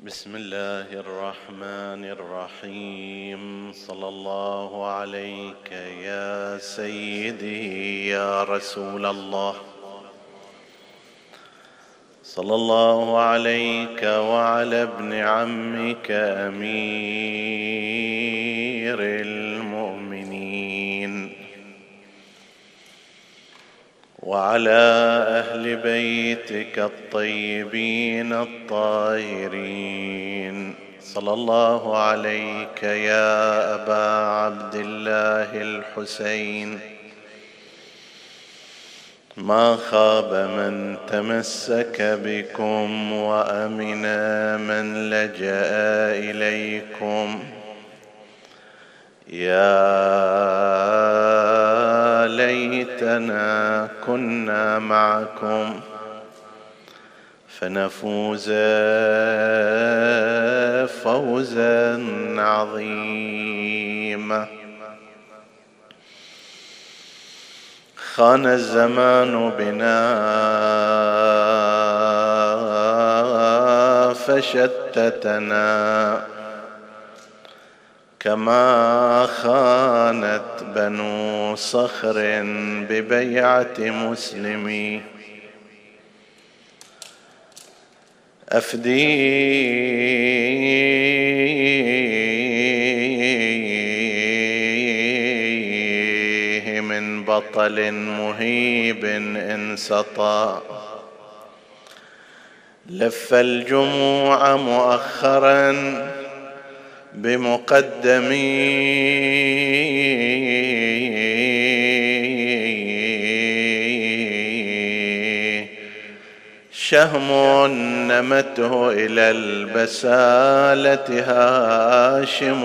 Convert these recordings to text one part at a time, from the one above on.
بسم الله الرحمن الرحيم. صلى الله عليك يا سيدي يا رسول الله، صلى الله عليك وعلى ابن عمك أمير المؤمنين، وعلى أهل بيتك الطيبين الطاهرين. صلى الله عليك يا أبا عبد الله الحسين. ما خاب من تمسك بكم وأمن من لجأ إليكم. يا ليتنا كنا معكم فنفوز فوزا عظيما. خان الزمان بنا فشتتنا كما خانت بنو صخر ببيعة مسلمي. أفديه من بطل مهيب إن سطى، لف الجموع مؤخرا بمقدمي. شهم نمته إلى البسالة هاشم،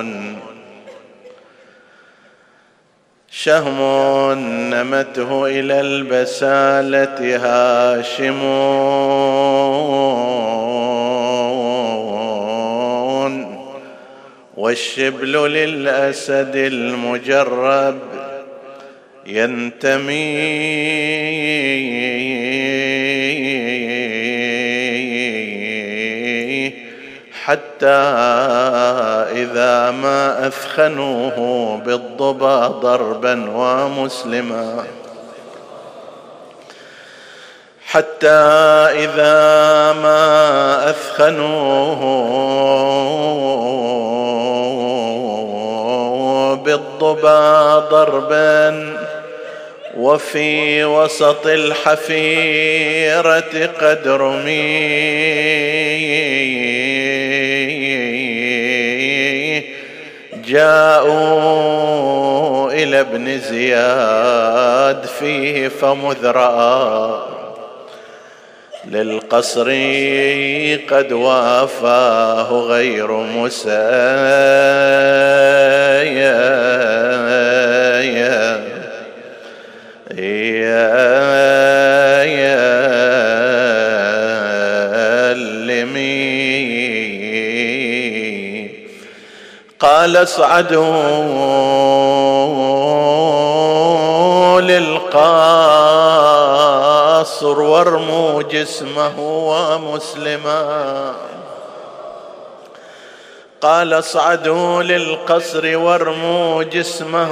شهم نمته إلى البسالة هاشم، والشبل للأسد المجرب ينتمي. حتى إذا ما أثخنوه بالضبا ضربا ومسلما، حتى إذا ما أثخنوه بالضبا ضربا، وفي وسط الحفيرة قد رمي. جاءوا إلى ابن زياد فيه فمذ رأى للقصر قد وافاه غير قال اصعدوا للقصر وارموا جسمه ومسلما. قال اصعدوا للقصر وارموا جسمه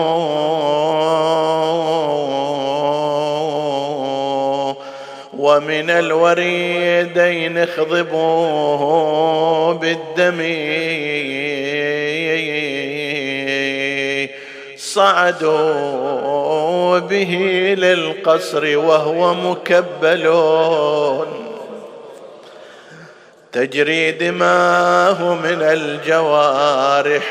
ومن الوريدين اخضبوه بالدم. صعدوا به للقصر وهو مكبل تجري دماه من الجوارح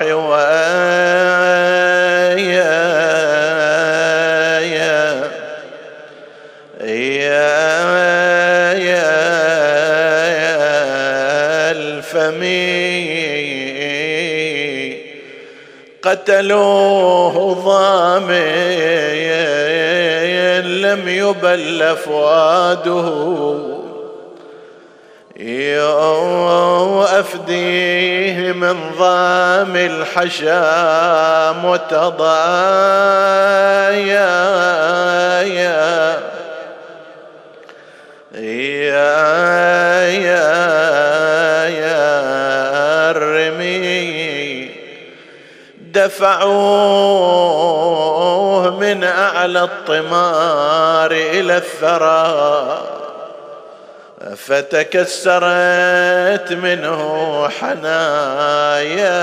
قتلوه ضامن لم يبل فؤاده. وأفديه من ضام الحشا متضايا. يا دفعوه من أعلى الطمار إلى الثرى، فتكسرت منه حنايا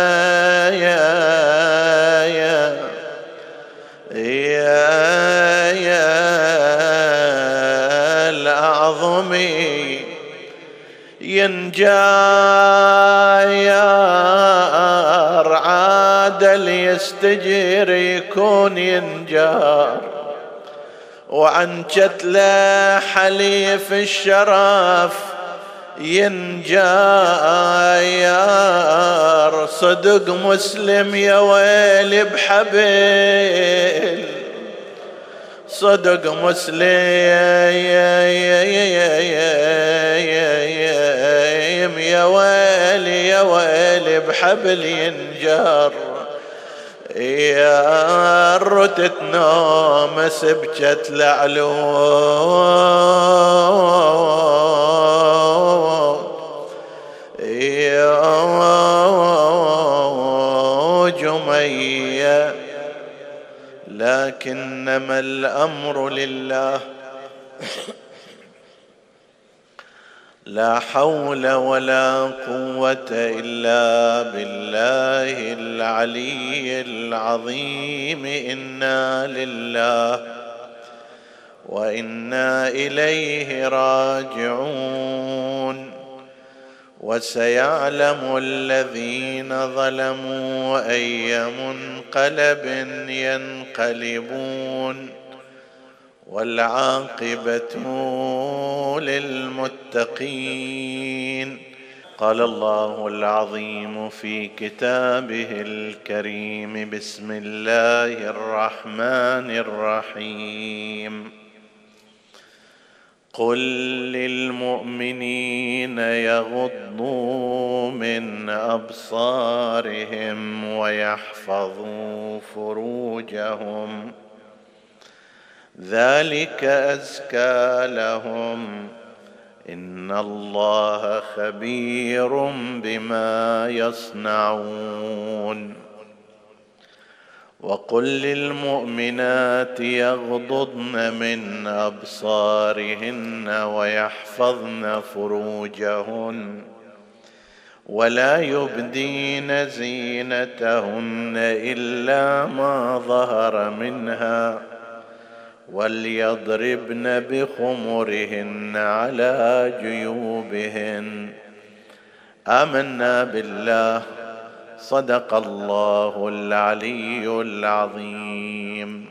الأعظمي ينجار، عادل يستجير يكون ينجار، وعن كتله حليف الشرف ينجار. صدق مسلم يا ويلي بحبل، صدق مسلم يا ويلي يا ويلي بحبل ينجر. يا رتت نوم سبجت لعلو يا جمية، لكنما الأمر لله، لا حول ولا قوة إلا بالله العلي العظيم. إنا لله وإنا إليه راجعون. وسيعلم الذين ظلموا أي منقلب ينقلبون، والعاقبة للمتقين. قال الله العظيم في كتابه الكريم: بسم الله الرحمن الرحيم. قل للمؤمنين يغضوا من أبصارهم ويحفظوا فروجهم، ذلك أزكى لهم، إن الله خبير بما يصنعون. وقل للمؤمنات يغضضن من أبصارهن ويحفظن فروجهن، ولا يبدين زينتهن إلا ما ظهر منها، وليضربن بخمرهن على جيوبهن. آمنا بالله، صدق الله العلي العظيم.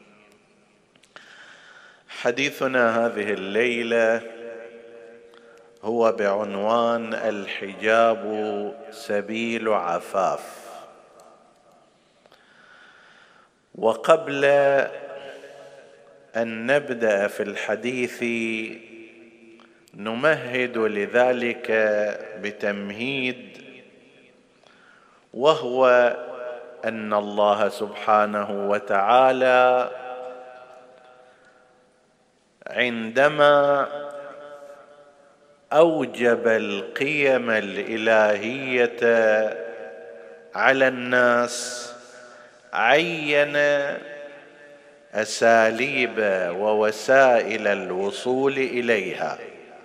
حديثنا هذه الليلة هو بعنوان: الحجاب سبيل عفاف. وقبل أن نبدأ في الحديث نمهد لذلك بتمهيد، وهو أن الله سبحانه وتعالى عندما أوجب القيم الإلهية على الناس عين أساليب ووسائل الوصول إليها.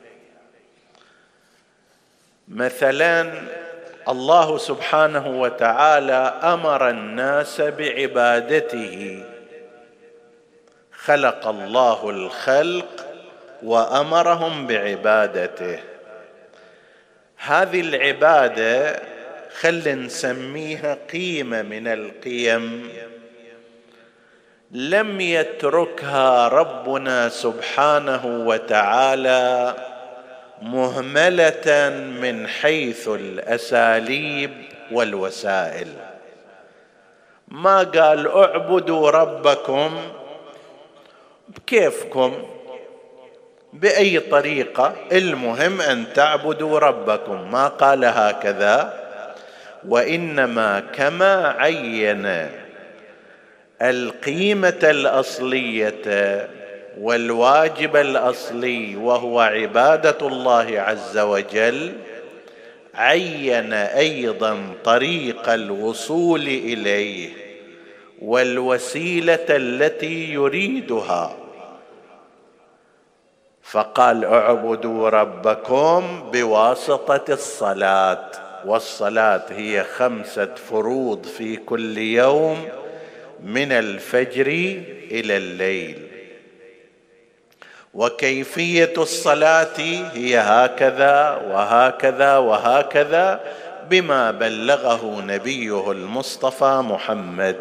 مثلا الله سبحانه وتعالى أمر الناس بعبادته، خلق الله الخلق وأمرهم بعبادته. هذه العبادة خلينا نسميها قيمة من القيم لم يتركها ربنا سبحانه وتعالى مهملة من حيث الأساليب والوسائل. ما قال اعبدوا ربكم بكيفكم بأي طريقة، المهم أن تعبدوا ربكم، ما قال هكذا. وإنما كما عين القيمة الأصلية والواجب الأصلي وهو عبادة الله عز وجل، عين أيضا طريق الوصول إليه والوسيلة التي يريدها، فقال اعبدوا ربكم بواسطة الصلاة، والصلاة هي 5 فروض في كل يوم من الفجر إلى الليل. وكيفية الصلاة هي هكذا وهكذا وهكذا بما بلغه نبيه المصطفى محمد.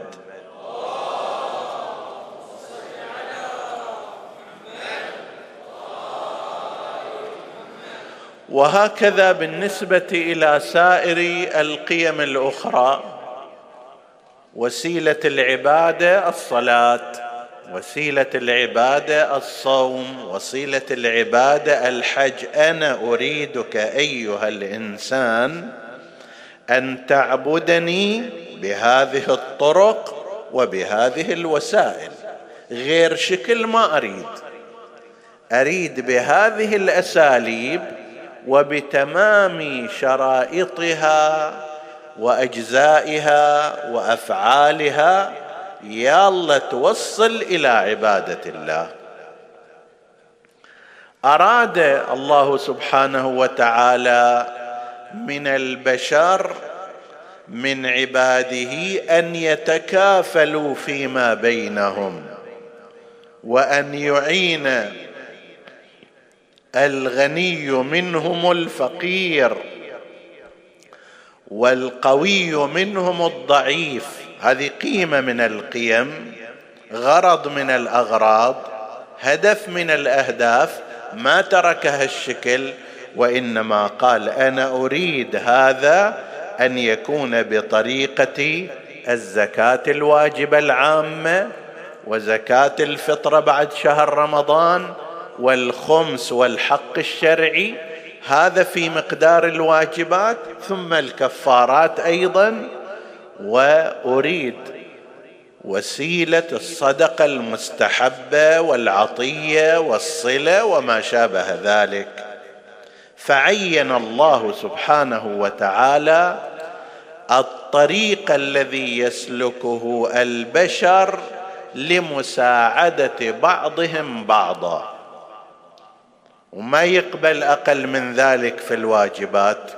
وهكذا بالنسبة إلى سائر القيم الأخرى، وسيلة العبادة الصلاة، وسيلة العبادة الصوم، وسيلة العبادة الحج. أنا أريدك أيها الإنسان أن تعبدني بهذه الطرق وبهذه الوسائل، غير شكل ما أريد بهذه الأساليب وبتمام شرائطها وأجزائها وأفعالها، يلا توصل إلى عبادة الله. أراد الله سبحانه وتعالى من البشر من عباده أن يتكافلوا فيما بينهم، وأن يعين الغني منهم الفقير، والقوي منهم الضعيف. هذه قيمة من القيم، غرض من الأغراض، هدف من الأهداف، ما تركها الشكل، وإنما قال أنا أريد هذا أن يكون بطريقة الزكاة الواجبة العامة، وزكاة الفطر بعد شهر رمضان، والخمس والحق الشرعي، هذا في مقدار الواجبات، ثم الكفارات أيضا. وأريد وسيلة الصدقة المستحبة والعطية والصلة وما شابه ذلك. فعين الله سبحانه وتعالى الطريق الذي يسلكه البشر لمساعدة بعضهم بعضا، وما يقبل أقل من ذلك في الواجبات.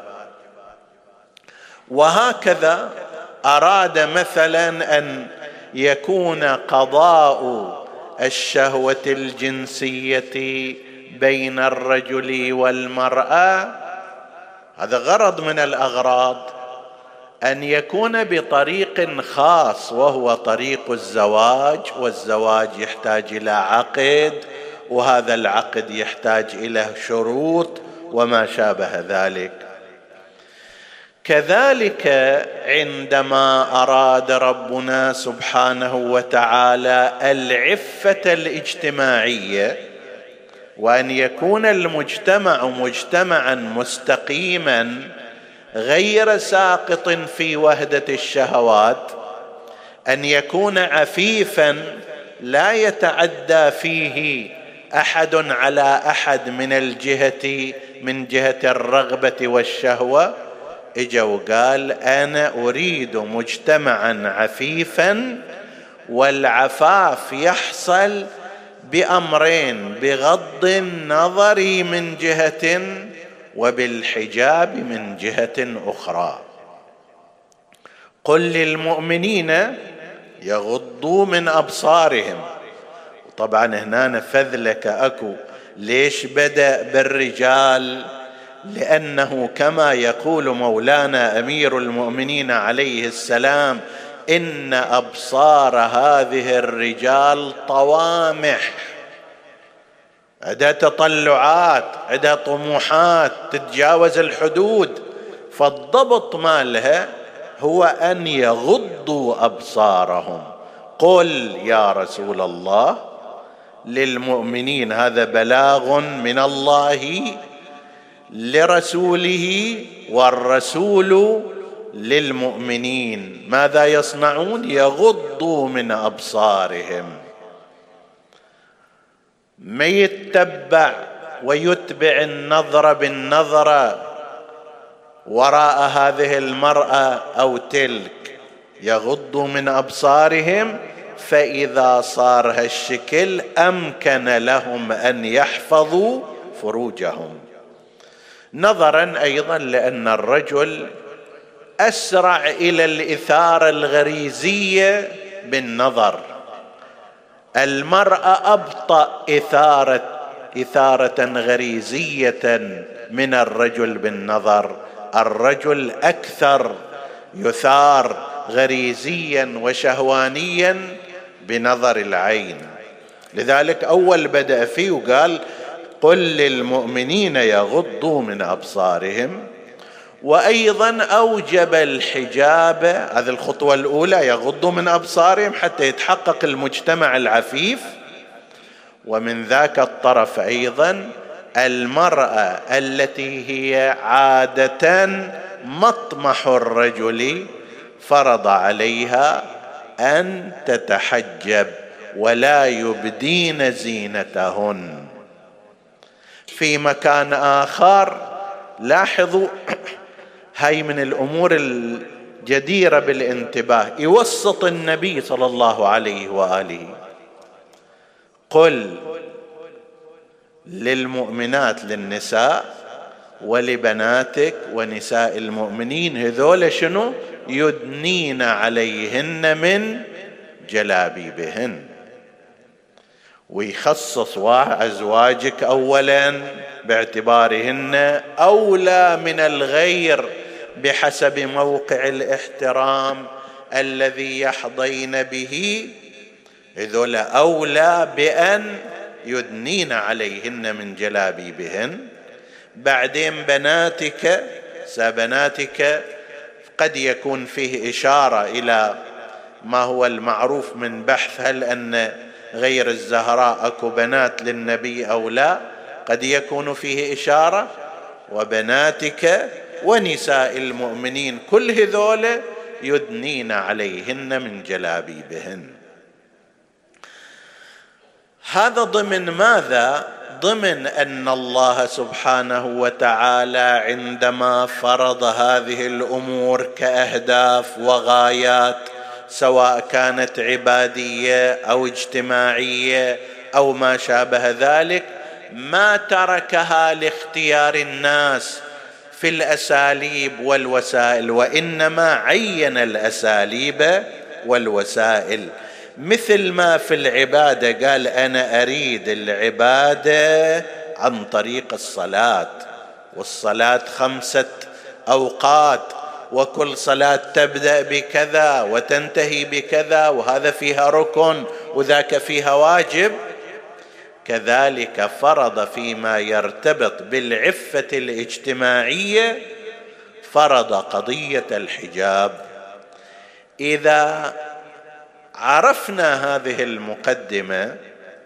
وهكذا أراد مثلا أن يكون قضاء الشهوة الجنسية بين الرجل والمرأة، هذا غرض من الأغراض، أن يكون بطريق خاص وهو طريق الزواج، والزواج يحتاج إلى عقد، وهذا العقد يحتاج إلى شروط وما شابه ذلك. كذلك عندما أراد ربنا سبحانه وتعالى العفة الاجتماعية، وأن يكون المجتمع مجتمعا مستقيما غير ساقط في وهدة الشهوات، أن يكون عفيفا لا يتعدى فيه أحد على أحد من جهة الرغبة والشهوة، اجا وقال أنا أريد مجتمعا عفيفا، والعفاف يحصل بأمرين: بغض النظر من جهة، وبالحجاب من جهة أخرى. قل للمؤمنين يغضوا من أبصارهم. طبعا هنا فذلك أكو، ليش بدأ بالرجال؟ لأنه كما يقول مولانا أمير المؤمنين عليه السلام: إن أبصار هذه الرجال طوامح، عندها تطلعات، عندها طموحات تتجاوز الحدود، فالضبط مالها هو أن يغضوا أبصارهم. قل يا رسول الله للمؤمنين، هذا بلاغ من الله لرسوله، والرسول للمؤمنين. ماذا يصنعون؟ يغضوا من أبصارهم. ما يتبع ويتبع النظر بالنظرة وراء هذه المرأة أو تلك، يغضوا من أبصارهم، فإذا صار هالشكل أمكن لهم أن يحفظوا فروجهم. نظرا أيضا لأن الرجل أسرع إلى الإثارة الغريزية بالنظر، المرأة أبطأ إثارة غريزية من الرجل بالنظر، الرجل أكثر يثار غريزيا وشهوانيا بنظر العين. لذلك أول بدأ فيه وقال قل للمؤمنين يغضوا من أبصارهم، وأيضا أوجب الحجاب، هذه الخطوة الأولى، يغضوا من أبصارهم حتى يتحقق المجتمع العفيف. ومن ذاك الطرف أيضا المرأة التي هي عادة مطمح الرجل فرض عليها أن تتحجب ولا يبدين زينتهن. في مكان آخر لاحظوا هاي من الأمور الجديرة بالانتباه، يوسط النبي صلى الله عليه وآله قل للمؤمنات، للنساء ولبناتك ونساء المؤمنين، هذول شنو؟ يدنين عليهن من جلابيبهن. ويخصص أزواجك أولا باعتبارهن أولى من الغير بحسب موقع الاحترام الذي يحظين به، هذول أولى بأن يدنين عليهن من جلابيبهن. بعدين بناتك قد يكون فيه إشارة إلى ما هو المعروف من بحث، هل أن غير الزهراء أكو بنات للنبي أو لا، قد يكون فيه إشارة. وبناتك ونساء المؤمنين كل هذول يدنين عليهن من جلابيبهن. هذا ضمن ماذا؟ ضمن أن الله سبحانه وتعالى عندما فرض هذه الأمور كأهداف وغايات، سواء كانت عبادية أو اجتماعية أو ما شابه ذلك، ما تركها لاختيار الناس في الأساليب والوسائل، وإنما عين الأساليب والوسائل. مثل ما في العبادة قال أنا أريد العبادة عن طريق الصلاة، والصلاة 5 أوقات، وكل صلاة تبدأ بكذا وتنتهي بكذا، وهذا فيها ركن وذاك فيها واجب. كذلك فرض فيما يرتبط بالعفة الاجتماعية، فرض قضية الحجاب. إذا عرفنا هذه المقدمة،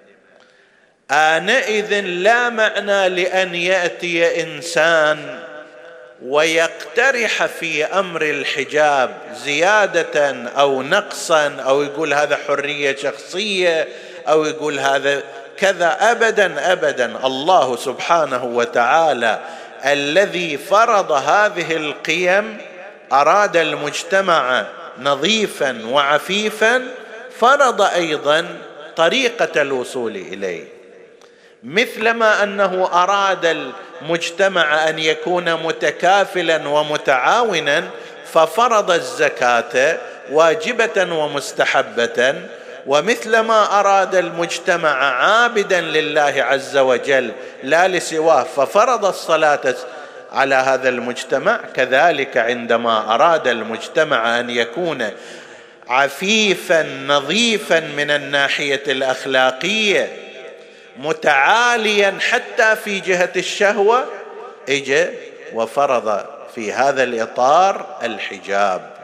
آنئذ لا معنى لأن يأتي إنسان ويقترح في أمر الحجاب زيادة أو نقصا، أو يقول هذا حرية شخصية، أو يقول هذا كذا. أبدا أبدا، الله سبحانه وتعالى الذي فرض هذه القيم أراد المجتمع نظيفا وعفيفا، فرض أيضا طريقة الوصول إليه. مثلما أنه أراد المجتمع أن يكون متكافلا ومتعاونا، ففرض الزكاة واجبة ومستحبة. ومثلما أراد المجتمع عابدا لله عز وجل لا لسواه، ففرض الصلاة على هذا المجتمع. كذلك عندما أراد المجتمع أن يكون عفيفا نظيفا من الناحية الأخلاقية، متعاليا حتى في جهة الشهوة، اجى وفرض في هذا الإطار الحجاب.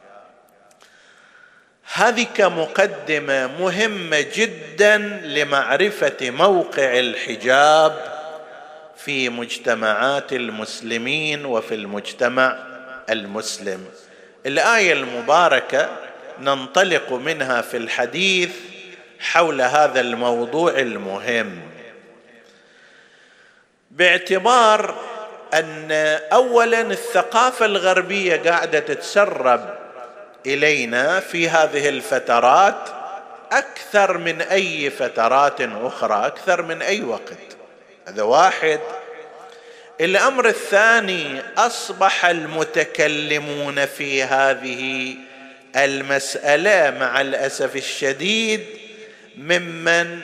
هذه كمقدمة مهمة جدا لمعرفة موقع الحجاب في مجتمعات المسلمين وفي المجتمع المسلم. الآية المباركة ننطلق منها في الحديث حول هذا الموضوع المهم، باعتبار أن أولا الثقافة الغربية قاعدة تتسرب إلينا في هذه الفترات أكثر من أي فترات أخرى، أكثر من أي وقت. هذا واحد. الأمر الثاني، أصبح المتكلمون في هذه المسألة مع الأسف الشديد ممن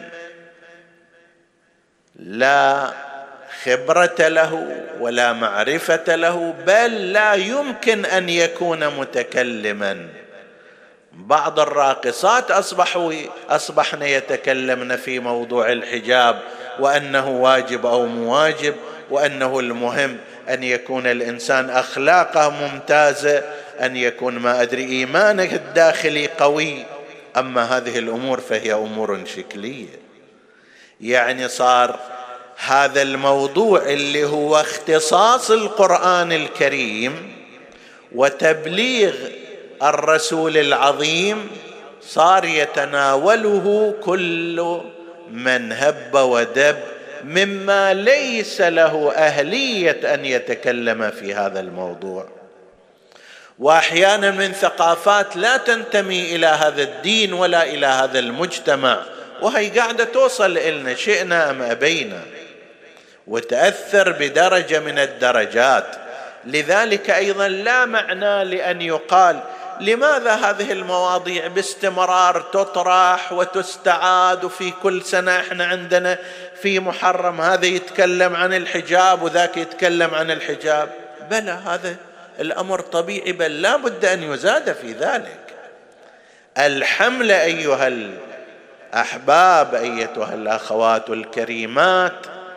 لا خبرة له ولا معرفة له، بل لا يمكن أن يكون متكلما. بعض الراقصات أصبحن يتكلمن في موضوع الحجاب وأنه واجب أو مواجب، وأنه المهم أن يكون الإنسان أخلاقه ممتازة، أن يكون ما أدري إيمانه الداخلي قوي. أما هذه الأمور فهي أمور شكلية. يعني صار هذا الموضوع اللي هو اختصاص القرآن الكريم وتبليغ الرسول العظيم صار يتناوله كل من هب ودب مما ليس له أهلية أن يتكلم في هذا الموضوع، وأحيانا من ثقافات لا تنتمي إلى هذا الدين ولا إلى هذا المجتمع، وهي قاعدة توصل إلنا شئنا أم أبينا، وتأثر بدرجة من الدرجات. لذلك أيضا لا معنى لأن يقال لماذا هذه المواضيع باستمرار تطرح وتستعاد، وفي كل سنة احنا عندنا في محرم هذا يتكلم عن الحجاب وذاك يتكلم عن الحجاب. بلى هذا الأمر طبيعي، بل لا بد أن يزاد في ذلك. الحملة أيها الأحباب، أيتها الأخوات الكريمات،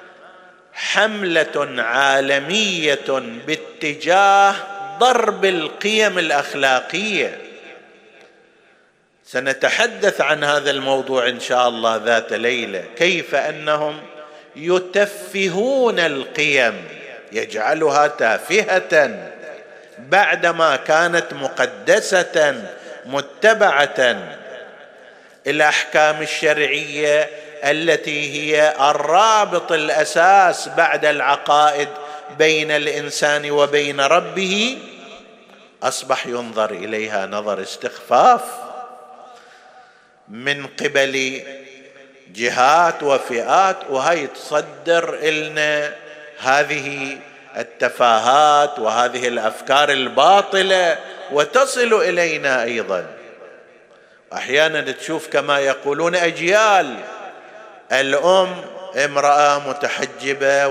حملة عالمية باتجاه ضرب القيم الأخلاقية. سنتحدث عن هذا الموضوع إن شاء الله ذات ليلة، كيف أنهم يتفهون القيم، يجعلها تافهة بعدما كانت مقدسة متبعة. الأحكام الشرعية التي هي الرابط الأساس بعد العقائد بين الإنسان وبين ربه، أصبح ينظر إليها نظر استخفاف من قبل جهات وفئات، وهي تصدر إلنا هذه التفاهات وهذه الأفكار الباطلة وتصل إلينا أيضا. أحيانا تشوف كما يقولون أجيال، الأم امرأة متحجبة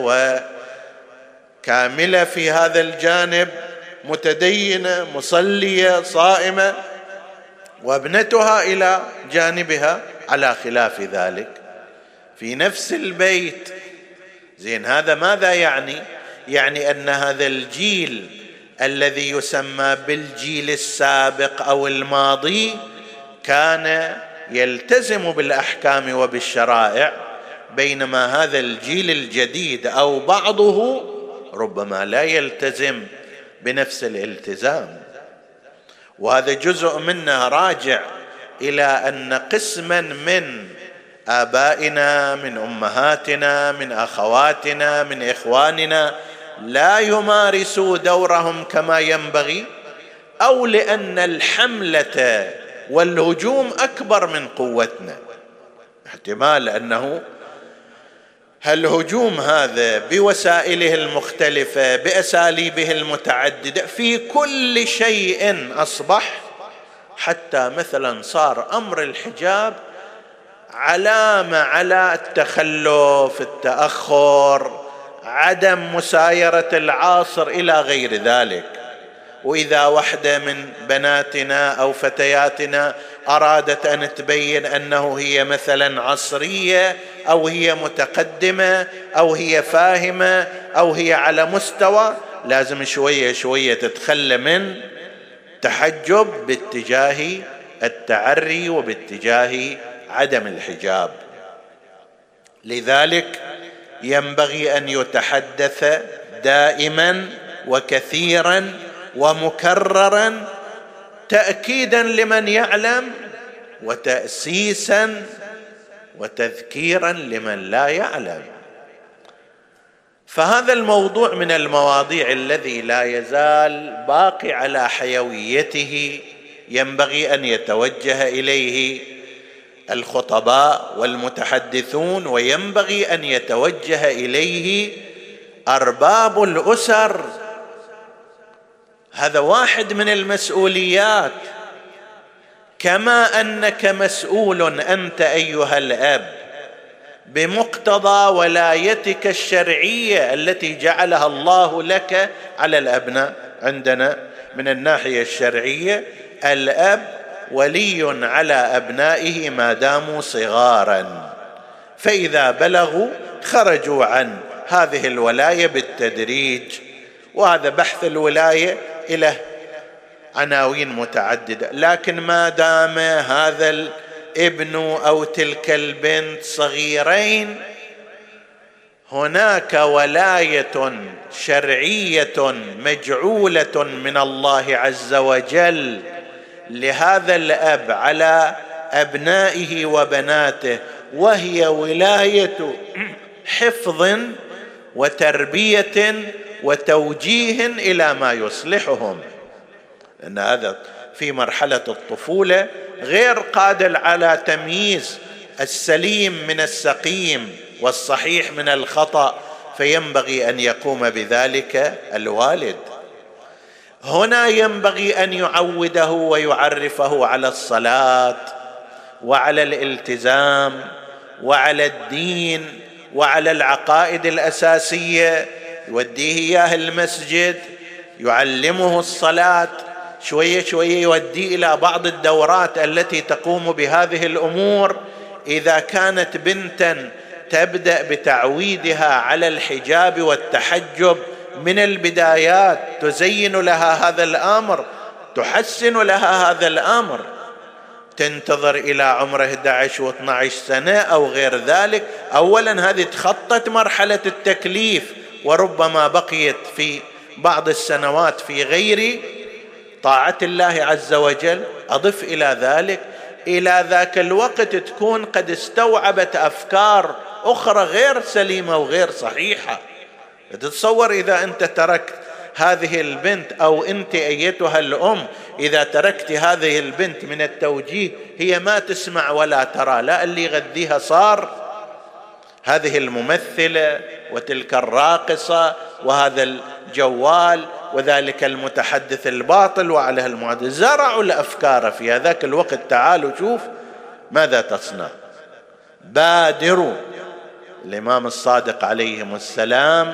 وكاملة في هذا الجانب، متدينة مصلية صائمة، وابنتها إلى جانبها على خلاف ذلك في نفس البيت. زين، هذا ماذا يعني؟ يعني أن هذا الجيل الذي يسمى بالجيل السابق أو الماضي كان يلتزم بالأحكام وبالشرائع، بينما هذا الجيل الجديد أو بعضه ربما لا يلتزم بنفس الالتزام. وهذا جزء منه راجع إلى أن قسما من آبائنا، من أمهاتنا، من أخواتنا، من إخواننا لا يمارسوا دورهم كما ينبغي، أو لأن الحملة والهجوم أكبر من قوتنا. احتمال أنه الهجوم هذا بوسائله المختلفة بأساليبه المتعددة في كل شيء أصبح، حتى مثلا صار أمر الحجاب علامة على التخلف، التأخر، عدم مسايرة العصر إلى غير ذلك. وإذا واحدة من بناتنا أو فتياتنا أرادت أن تبين أنه هي مثلا عصرية أو هي متقدمة أو هي فاهمة أو هي على مستوى، لازم شوية شوية تتخلى من تحجب باتجاه التعري وباتجاه عدم الحجاب. لذلك ينبغي أن يتحدث دائما وكثيرا ومكررا، تأكيدا لمن يعلم وتأسيسا وتذكيرا لمن لا يعلم. فهذا الموضوع من المواضيع الذي لا يزال باقي على حيويته، ينبغي أن يتوجه إليه الخطباء والمتحدثون، وينبغي أن يتوجه إليه أرباب الأسر. هذا واحد من المسؤوليات، كما أنك مسؤول أنت أيها الأب بمقتضى ولايتك الشرعية التي جعلها الله لك على الأبناء. عندنا من الناحية الشرعية الأب ولي على أبنائه ما داموا صغارا، فإذا بلغوا خرجوا عن هذه الولاية بالتدريج. وهذا بحث الولاية إلى عناوين متعددة، لكن ما دام هذا الابن أو تلك البنت صغيرين، هناك ولاية شرعية مجعولة من الله عز وجل لهذا الأب على أبنائه وبناته، وهي ولاية حفظ وتربية وتوجيه إلى ما يصلحهم، لأن هذا في مرحلة الطفولة غير قادر على تمييز السليم من السقيم والصحيح من الخطأ، فينبغي أن يقوم بذلك الوالد. هنا ينبغي أن يعوده ويعرفه على الصلاة وعلى الالتزام وعلى الدين وعلى العقائد الأساسية، يوديه إياه المسجد، يعلمه الصلاة، شوية شوية يوديه إلى بعض الدورات التي تقوم بهذه الأمور. إذا كانت بنتا تبدأ بتعويدها على الحجاب والتحجب من البدايات، تزين لها هذا الأمر، تحسن لها هذا الأمر، تنتظر إلى عمر 11 و12 سنة أو غير ذلك. أولا هذه تخطت مرحلة التكليف، وربما بقيت في بعض السنوات في غير طاعة الله عز وجل. أضف إلى ذلك إلى ذاك الوقت تكون قد استوعبت أفكار أخرى غير سليمة وغير صحيحة. تتصور إذا أنت تركت هذه البنت، أو أنت أيتها الأم إذا تركت هذه البنت من التوجيه، هي ما تسمع ولا ترى، لا اللي يغذيها صار هذه الممثلة وتلك الراقصة وهذا الجوال وذلك المتحدث الباطل وعلى المعدل. زرعوا الأفكار في هذاك الوقت. تعالوا شوف ماذا تصنع. بادروا. الإمام الصادق عليه السلام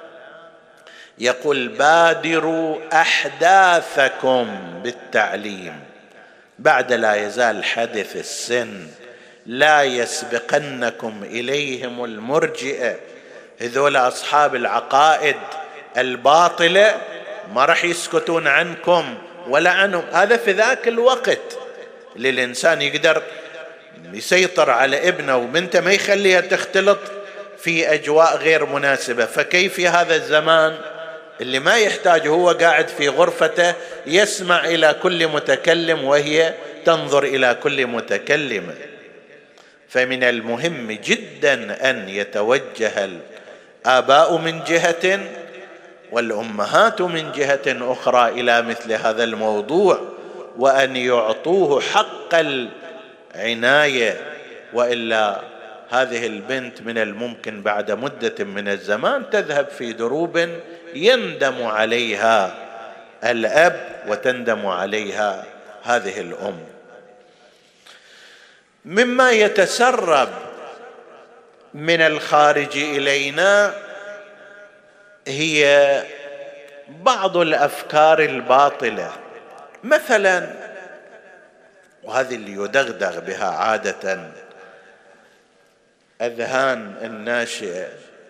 يقول: بادروا أحداثكم بالتعليم، بعد لا يزال حدث السن لا يسبقنكم إليهم المرجئة. هذول أصحاب العقائد الباطلة ما رح يسكتون عنكم ولا عنهم. هذا في ذاك الوقت اللي الإنسان يقدر يسيطر على ابنه وبنته، ما يخليها تختلط في أجواء غير مناسبة. فكيف في هذا الزمان اللي ما يحتاج، هو قاعد في غرفته يسمع إلى كل متكلم وهي تنظر إلى كل متكلم. فمن المهم جدا أن يتوجه الآباء من جهة والأمهات من جهة أخرى إلى مثل هذا الموضوع، وأن يعطوه حق العناية، وإلا هذه البنت من الممكن بعد مدة من الزمان تذهب في دروب يندم عليها الأب وتندم عليها هذه الأم. مما يتسرب من الخارج إلينا هي بعض الأفكار الباطلة، مثلا، وهذه اللي يدغدغ بها عادة أذهان الناشئة.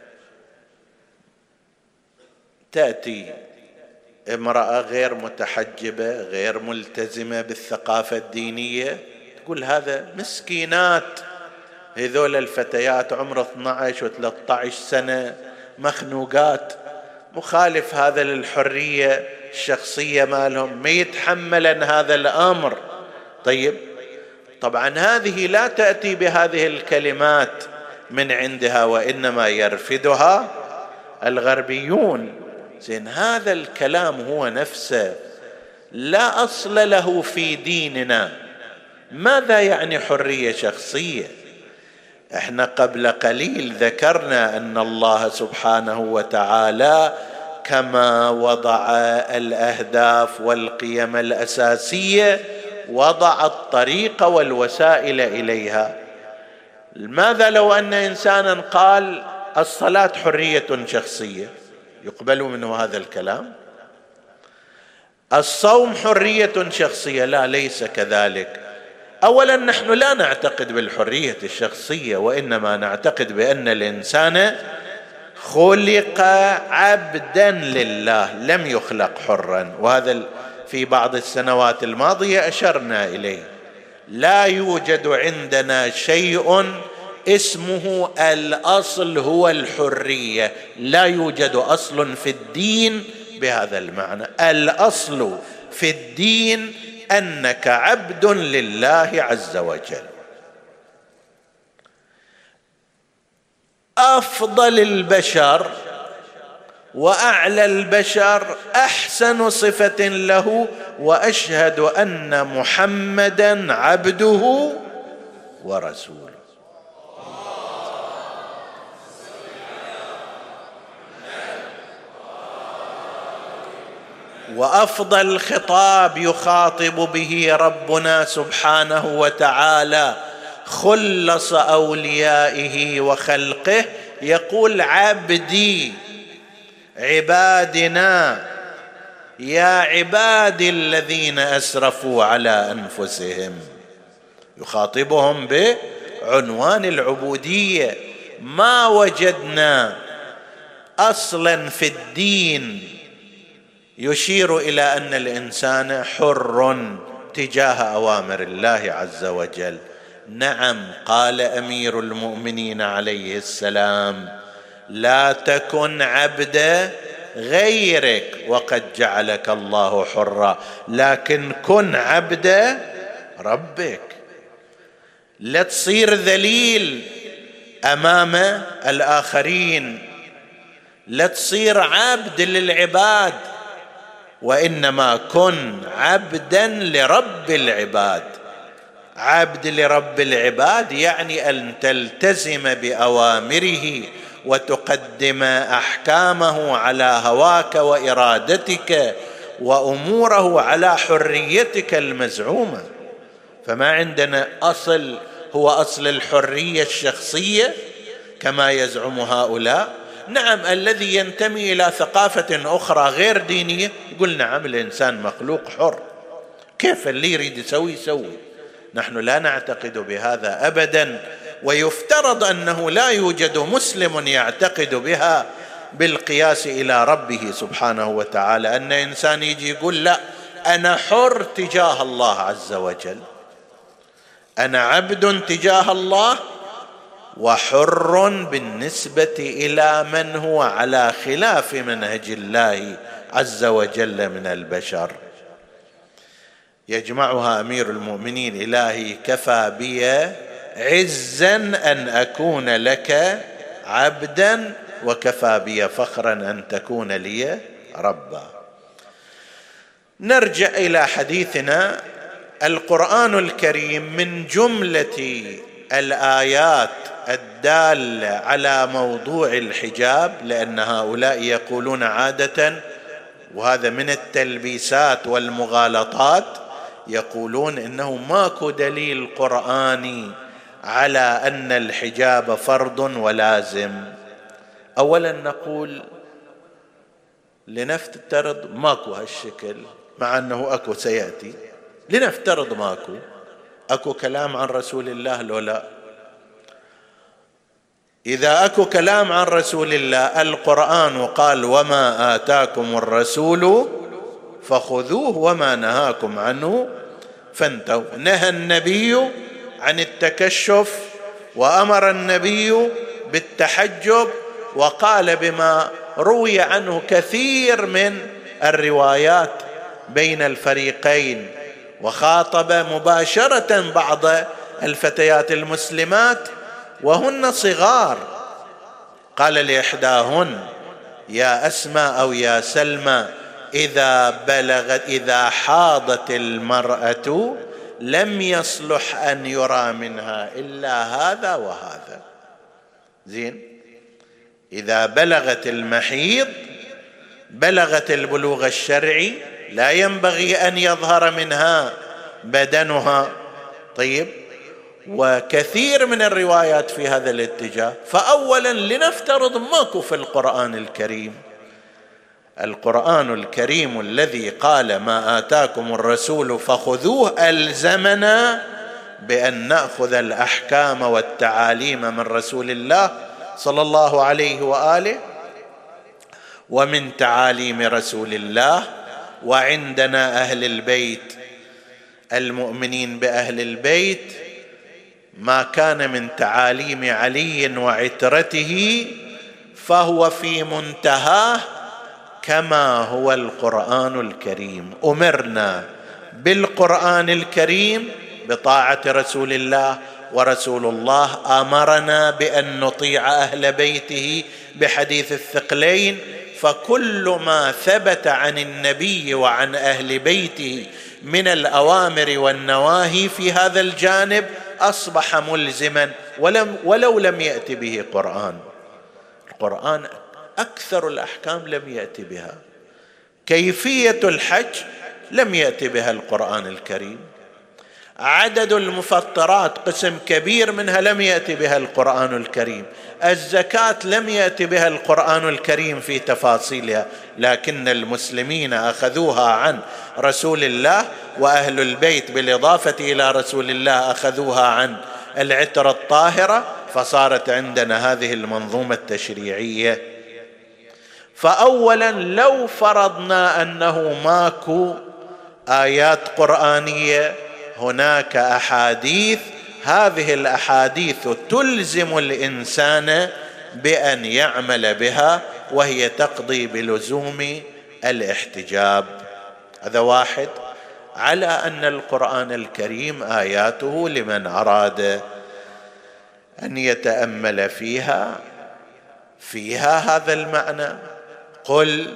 تأتي امرأة غير متحجبة غير ملتزمة بالثقافة الدينية، تقول هذا مسكينات، هذول الفتيات عمر 12 و13 سنة مخنوقات، مخالف هذا للحرية الشخصية مالهم، ما يتحملن هذا الأمر. طيب، طبعا هذه لا تأتي بهذه الكلمات من عندها، وإنما يرفدها الغربيون. زين، هذا الكلام هو نفسه لا أصل له في ديننا. ماذا يعني حرية شخصية؟ احنا قبل قليل ذكرنا أن الله سبحانه وتعالى كما وضع الأهداف والقيم الأساسية وضع الطريق والوسائل إليها. ماذا لو أن إنسانا قال الصلاة حرية شخصية؟ يقبل منه هذا الكلام؟ الصوم حرية شخصية؟ لا، ليس كذلك. أولا، نحن لا نعتقد بالحرية الشخصية، وإنما نعتقد بأن الإنسان خلق عبدا لله، لم يخلق حرا، وهذا في بعض السنوات الماضية أشرنا إليه. لا يوجد عندنا شيء اسمه الأصل هو الحرية، لا يوجد أصل في الدين بهذا المعنى. الأصل في الدين أنك عبد لله عز وجل. أفضل البشر وأعلى البشر أحسن صفة له، وأشهد أن محمدا عبده ورسوله. وأفضل خطاب يخاطب به ربنا سبحانه وتعالى خلص أوليائه وخلقه، يقول عبدي، عبادنا، يا عبادي الذين أسرفوا على أنفسهم. يخاطبهم بعنوان العبودية. ما وجدنا أصلا في الدين يشير إلى أن الإنسان حر تجاه أوامر الله عز وجل. نعم، قال أمير المؤمنين عليه السلام: لا تكن عبد غيرك وقد جعلك الله حرا، لكن كن عبد ربك. لا تصير ذليل أمام الآخرين، لا تصير عبد للعباد، وإنما كن عبدا لرب العباد. عبد لرب العباد يعني أن تلتزم بأوامره وتقدم أحكامه على هواك وإرادتك، وأموره على حريتك المزعومة. فما عندنا أصل هو أصل الحرية الشخصية كما يزعم هؤلاء. نعم، الذي ينتمي إلى ثقافة أخرى غير دينية يقول نعم الإنسان مخلوق حر، كيف اللي يريد يسوي. نحن لا نعتقد بهذا أبدا، ويفترض أنه لا يوجد مسلم يعتقد بها بالقياس إلى ربه سبحانه وتعالى، أن إنسان يجي يقول لا، أنا حر تجاه الله عز وجل، أنا عبد تجاه الله وحر بالنسبة إلى من هو على خلاف منهج الله عز وجل من البشر. يجمعها أمير المؤمنين: إلهي كفى بي عزا أن أكون لك عبدا، وكفى بي فخرا أن تكون لي ربا. نرجع إلى حديثنا. القرآن الكريم من جملة الآيات الدالة على موضوع الحجاب، لأن هؤلاء يقولون عادة، وهذا من التلبيسات والمغالطات، يقولون إنه ماكو دليل قرآني على أن الحجاب فرض ولازم. أولا نقول لنفترض ماكو هالشكل، مع أنه أكو سيأتي. لنفترض ماكو، أكو كلام عن رسول الله لو لا؟ إذا أكو كلام عن رسول الله، القرآن قال وما آتاكم الرسول فخذوه وما نهاكم عنه فانتهوا. نهى النبي عن التكشف، وأمر النبي بالتحجب، وقال بما روي عنه كثير من الروايات بين الفريقين، وخاطب مباشرة بعض الفتيات المسلمات وهن صغار. قال لإحداهن: يا أسماء أو يا سلمى إذا حاضت المرأة لم يصلح أن يرى منها إلا هذا وهذا. زين، إذا بلغت المحيض بلغت البلوغ الشرعي لا ينبغي أن يظهر منها بدنها. طيب، وكثير من الروايات في هذا الاتجاه. فأولا لنفترض ماكو في القرآن الكريم، القرآن الكريم الذي قال ما آتاكم الرسول فخذوه ألزمنا بأن نأخذ الأحكام والتعاليم من رسول الله صلى الله عليه وآله ومن تعاليم رسول الله. وعندنا أهل البيت المؤمنين بأهل البيت ما كان من تعاليم علي وعترته فهو في منتهاه كما هو القرآن الكريم. أمرنا بالقرآن الكريم بطاعة رسول الله، ورسول الله أمرنا بأن نطيع أهل بيته بحديث الثقلين. فكل ما ثبت عن النبي وعن أهل بيته من الأوامر والنواهي في هذا الجانب أصبح ملزما ولو لم يأتي به قرآن. القرآن أكثر الأحكام لم يأتي بها. كيفية الحج لم يأتي بها القرآن الكريم. عدد المفطرات قسم كبير منها لم يأتي بها القرآن الكريم. الزكاة لم يأتي بها القرآن الكريم في تفاصيلها، لكن المسلمين أخذوها عن رسول الله، وأهل البيت بالإضافة إلى رسول الله أخذوها عن العترة الطاهرة، فصارت عندنا هذه المنظومة التشريعية. فأولا لو فرضنا أنه ماكو آيات قرآنية، هناك أحاديث، هذه الأحاديث تلزم الإنسان بأن يعمل بها، وهي تقضي بلزوم الاحتجاب. هذا واحد. على أن القرآن الكريم آياته لمن أراد أن يتأمل فيها هذا المعنى. قل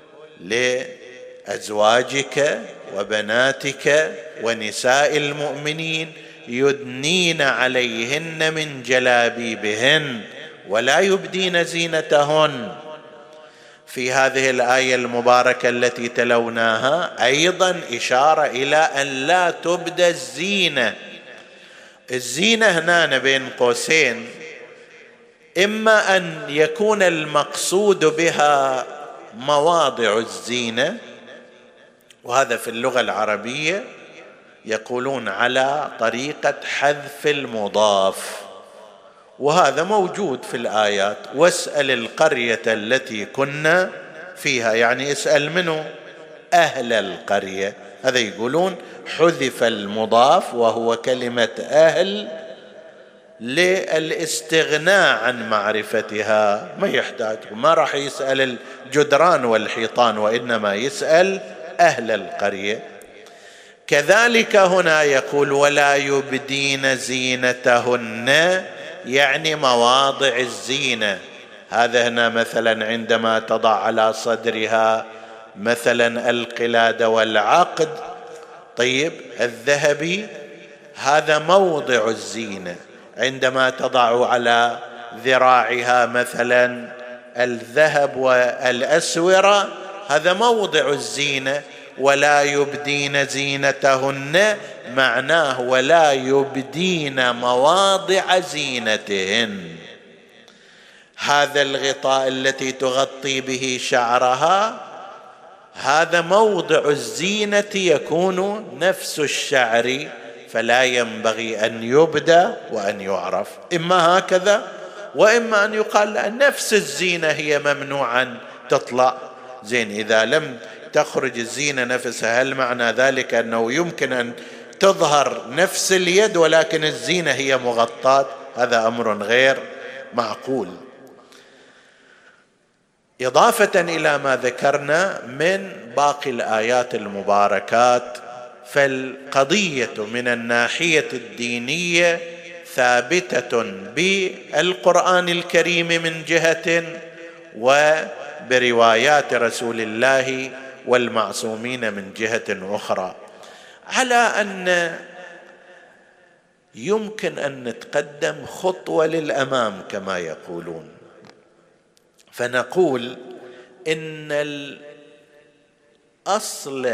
لأزواجك وبناتك ونساء المؤمنين يدنين عليهن من جلابيبهن ولا يبدين زينتهن. في هذه الآية المباركة التي تلوناها أيضا إشارة إلى أن لا تبدى الزينة. الزينة هنا بين قوسين، إما أن يكون المقصود بها مواضع الزينة، وهذا في اللغة العربية يقولون على طريقة حذف المضاف، وهذا موجود في الآيات. واسأل القرية التي كنا فيها، يعني اسأل منه أهل القرية. هذا يقولون حذف المضاف وهو كلمة أهل للاستغناء عن معرفتها. ما يحتاج، ما راح يسأل الجدران والحيطان، وإنما يسأل أهل القرية. كذلك هنا يقول ولا يبدين زينتهن، يعني مواضع الزينة. هذا هنا مثلا عندما تضع على صدرها مثلا القلادة والعقد، طيب الذهبي، هذا موضع الزينة. عندما تضع على ذراعها مثلا الذهب والأسورة، هذا موضع الزينة. ولا يبدين زينتهن معناه ولا يبدين مواضع زينتهن. هذا الغطاء التي تغطي به شعرها، هذا موضع الزينة، يكون نفس الشعر، فلا ينبغي أن يبدى وأن يعرف. إما هكذا، وإما أن يقال نفس الزينة هي ممنوعا تطلع. زين، إذا لم تخرج الزينة نفسها، هل معنى ذلك أنه يمكن أن تظهر نفس اليد ولكن الزينة هي مغطاة؟ هذا أمر غير معقول. إضافة إلى ما ذكرنا من باقي الآيات المباركات، فالقضية من الناحية الدينية ثابتة بالقرآن الكريم من جهة، وبروايات رسول الله والمعصومين من جهة أخرى، على أن يمكن أن نتقدم خطوة للأمام كما يقولون، فنقول إن الأصل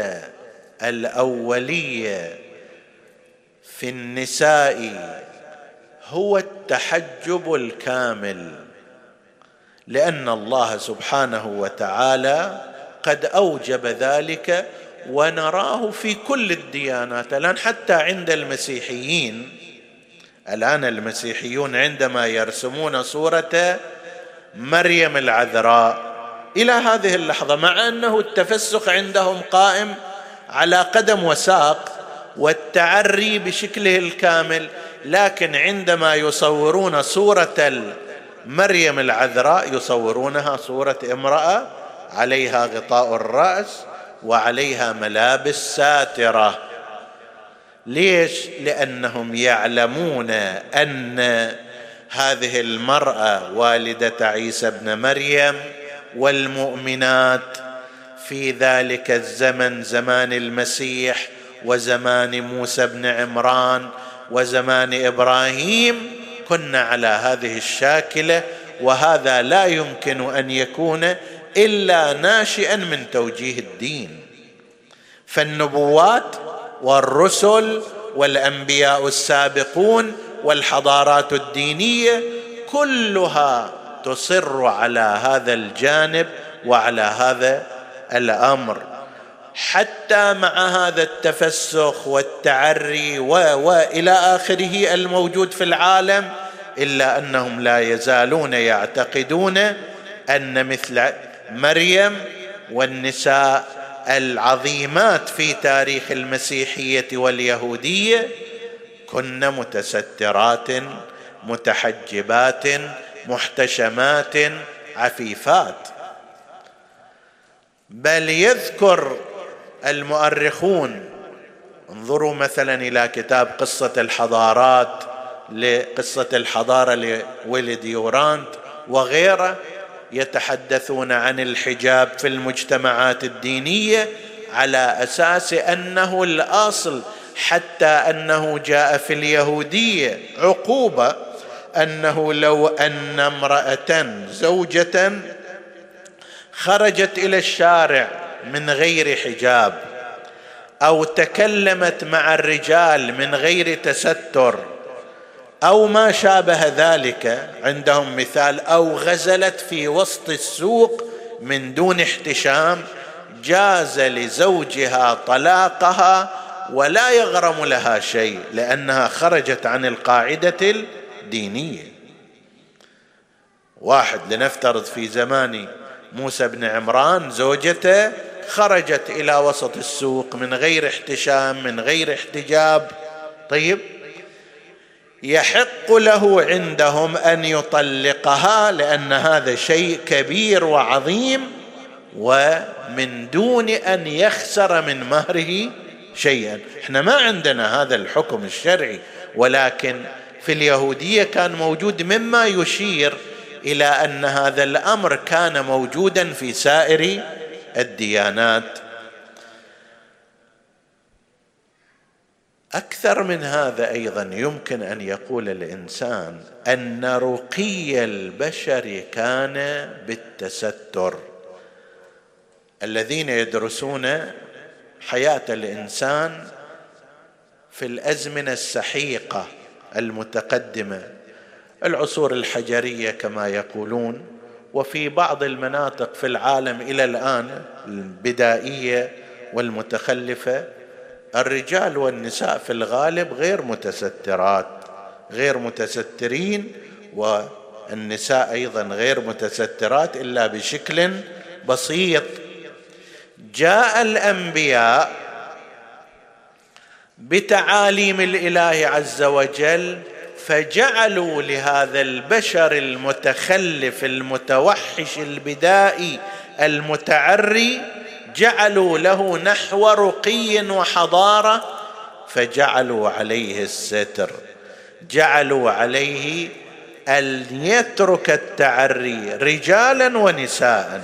الأولية في النساء هو التحجب الكامل، لأن الله سبحانه وتعالى قد أوجب ذلك ونراه في كل الديانات. الآن حتى عند المسيحيين، الآن المسيحيون عندما يرسمون صورة مريم العذراء إلى هذه اللحظة، مع أنه التفسخ عندهم قائم على قدم وساق والتعري بشكله الكامل، لكن عندما يصورون صورة مريم العذراء يصورونها صورة امرأة عليها غطاء الرأس وعليها ملابس ساترة. ليش؟ لأنهم يعلمون أن هذه المرأة والدة عيسى ابن مريم والمؤمنات في ذلك الزمن، زمان المسيح وزمان موسى بن عمران وزمان إبراهيم، كنا على هذه الشاكلة، وهذا لا يمكن أن يكون إلا ناشئا من توجيه الدين. فالنبوات والرسل والأنبياء السابقون والحضارات الدينية كلها تصر على هذا الجانب وعلى هذا الأمر، حتى مع هذا التفسخ والتعري وإلى آخره الموجود في العالم، إلا أنهم لا يزالون يعتقدون أن مثل مريم والنساء العظيمات في تاريخ المسيحية واليهودية كن متسترات متحجبات محتشمات عفيفات. بل يذكر المؤرخون، انظروا مثلا إلى كتاب قصة الحضارات لقصة الحضارة لويل ديورانت وغيره، يتحدثون عن الحجاب في المجتمعات الدينية على أساس أنه الأصل، حتى أنه جاء في اليهودية عقوبة أنه لو أن امرأة زوجة خرجت إلى الشارع من غير حجاب أو تكلمت مع الرجال من غير تستر أو ما شابه ذلك، عندهم مثال، أو غزلت في وسط السوق من دون احتشام، جاز لزوجها طلاقها ولا يغرم لها شيء، لأنها خرجت عن القاعدة الدينية. واحد لنفترض في زمان موسى بن عمران زوجته خرجت إلى وسط السوق من غير احتشام من غير احتجاب، طيب يحق له عندهم أن يطلقها لأن هذا شيء كبير وعظيم ومن دون أن يخسر من مهره شيئا. احنا ما عندنا هذا الحكم الشرعي، ولكن في اليهودية كان موجود مما يشير إلى أن هذا الأمر كان موجودا في سائر الديانات. أكثر من هذا أيضا يمكن أن يقول الإنسان أن رقي البشر كان بالتستر. الذين يدرسون حياة الإنسان في الأزمنة السحيقة المتقدمة، العصور الحجرية كما يقولون، وفي بعض المناطق في العالم إلى الآن البدائية والمتخلفة، الرجال والنساء في الغالب غير متسترين، والنساء أيضا غير متسترات إلا بشكل بسيط. جاء الأنبياء بتعاليم الإله عز وجل فجعلوا لهذا البشر المتخلف المتوحش البدائي المتعري، جعلوا له نحو رقي وحضارة، فجعلوا عليه الستر، جعلوا عليه أن يترك التعري رجالا ونساء.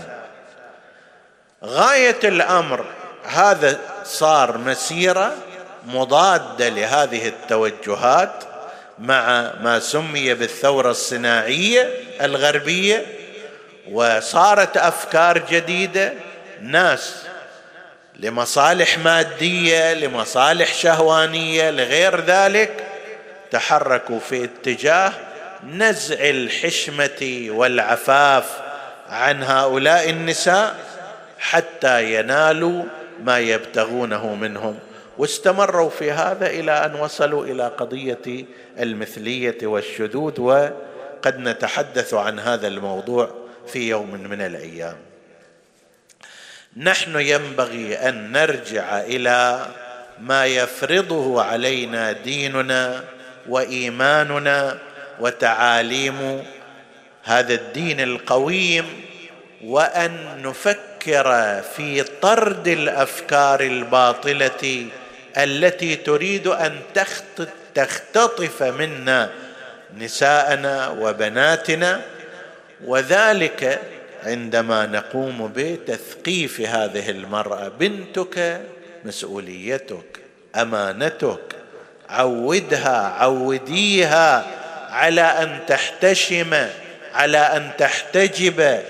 غاية الأمر هذا صار مسيرة مضادة لهذه التوجهات مع ما سمي بالثورة الصناعية الغربية، وصارت أفكار جديدة، ناس لمصالح مادية، لمصالح شهوانية، لغير ذلك، تحركوا في اتجاه نزع الحشمة والعفاف عن هؤلاء النساء حتى ينالوا ما يبتغونه منهم، واستمروا في هذا إلى أن وصلوا إلى قضية المثلية والشذوذ، وقد نتحدث عن هذا الموضوع في يوم من الأيام. نحن ينبغي أن نرجع إلى ما يفرضه علينا ديننا وإيماننا وتعاليم هذا الدين القويم، وأن نفكر في طرد الأفكار الباطلة التي تريد أن تختطف منا نساءنا وبناتنا، وذلك عندما نقوم بتثقيف هذه المرأة. بنتك مسؤوليتك، أمانتك، عوديها على أن تحتشم، على أن تحتجب.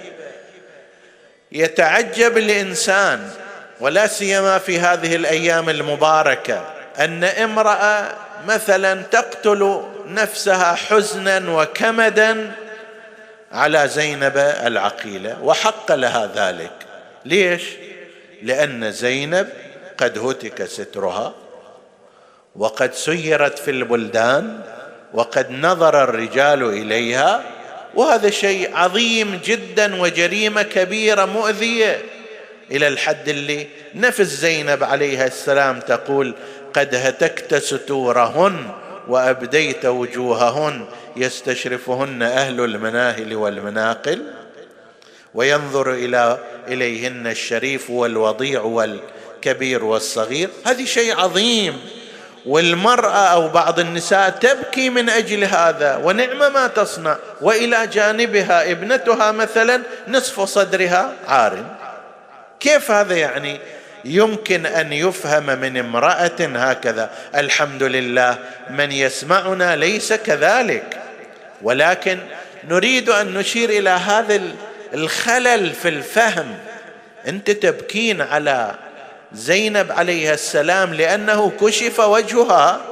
يتعجب الإنسان ولا سيما في هذه الأيام المباركة أن امرأة مثلا تقتل نفسها حزنا وكمدا على زينب العقيلة، وحق لها ذلك. ليش؟ لأن زينب قد هتك سترها، وقد سيرت في البلدان، وقد نظر الرجال إليها، وهذا شيء عظيم جدا وجريمة كبيرة مؤذية إلى الحد اللي نفس زينب عليها السلام تقول: قد هتكت ستورهن وأبديت وجوههن يستشرفهن أهل المناهل والمناقل وينظر إليهن الشريف والوضيع والكبير والصغير. هذه شيء عظيم، والمرأة أو بعض النساء تبكي من أجل هذا، ونعم ما تصنع، وإلى جانبها ابنتها مثلا نصف صدرها عار. كيف هذا يعني يمكن أن يفهم من امرأة هكذا؟ الحمد لله من يسمعنا ليس كذلك، ولكن نريد أن نشير إلى هذا الخلل في الفهم. أنت تبكين على زينب عليها السلام لأنه كشف وجهها،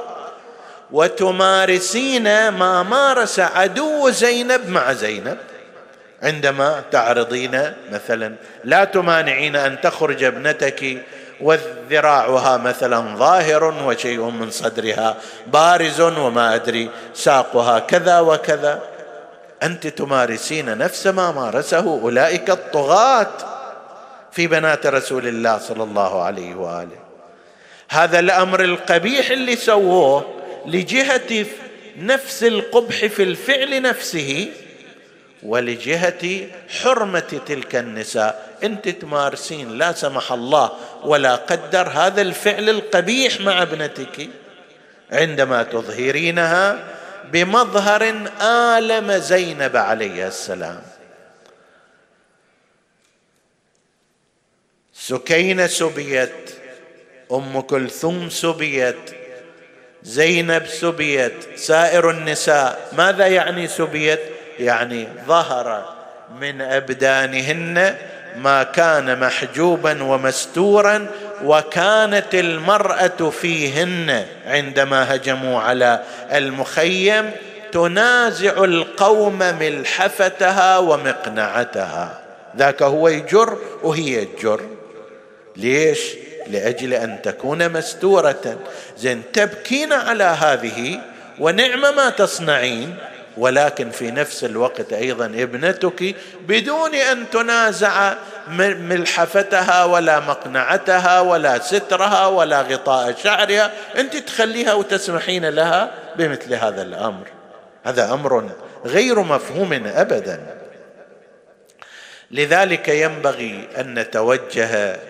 وتمارسين ما مارس عدو زينب مع زينب عندما تعرضين مثلا، لا تمانعين أن تخرج ابنتك وذراعها مثلا ظاهر وشيء من صدرها بارز وما أدري ساقها كذا وكذا. أنت تمارسين نفس ما مارسه أولئك الطغاة في بنات رسول الله صلى الله عليه وآله. هذا الأمر القبيح اللي سووه لجهة نفس القبح في الفعل نفسه، ولجهة حرمة تلك النساء. أنت تمارسين لا سمح الله ولا قدر هذا الفعل القبيح مع ابنتك عندما تظهرينها بمظهر آلم زينب عليه السلام. سكينة سبيت، أم كلثوم سبيت، زينب سبيت، سائر النساء. ماذا يعني سبيت؟ يعني ظهر من أبدانهن ما كان محجوبا ومستورا، وكانت المرأة فيهن عندما هجموا على المخيم تنازع القوم ملحفتها ومقنعتها. ذاك هو يجر وهي تجر. ليش؟ لأجل أن تكون مستورة. زين، تبكين على هذه ونعم ما تصنعين، ولكن في نفس الوقت أيضا ابنتك بدون أن تنازع ملحفتها ولا مقنعتها ولا سترها ولا غطاء شعرها، أنت تخليها وتسمحين لها بمثل هذا الأمر. هذا أمر غير مفهوم أبدا. لذلك ينبغي أن نتوجه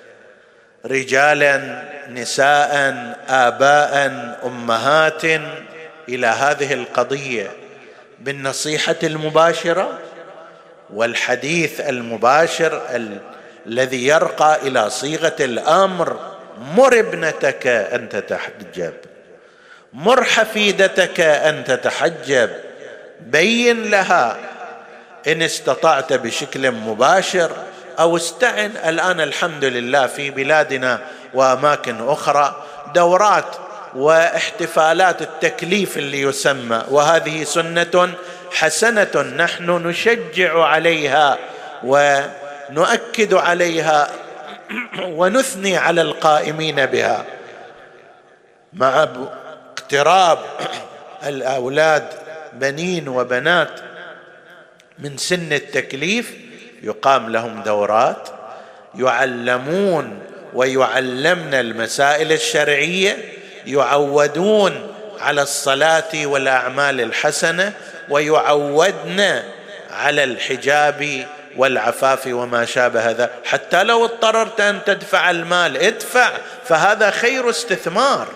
رجالا، نساء، آباء، أمهات إلى هذه القضية. بالنصيحة المباشرة والحديث المباشر الذي يرقى إلى صيغة الأمر. مر ابنتك أن تتحجب، مر حفيدتك أن تتحجب، بين لها إن استطعت بشكل مباشر، أو استعن. الآن الحمد لله في بلادنا وأماكن أخرى دورات واحتفالات التكليف اللي يسمى، وهذه سنة حسنة نحن نشجع عليها ونؤكد عليها ونثني على القائمين بها. مع اقتراب الأولاد بنين وبنات من سن التكليف يقام لهم دورات يعلمون ويعلمن المسائل الشرعية، يعودون على الصلاة والأعمال الحسنة، ويعودن على الحجاب والعفاف وما شابه هذا. حتى لو اضطررت أن تدفع المال ادفع، فهذا خير استثمار.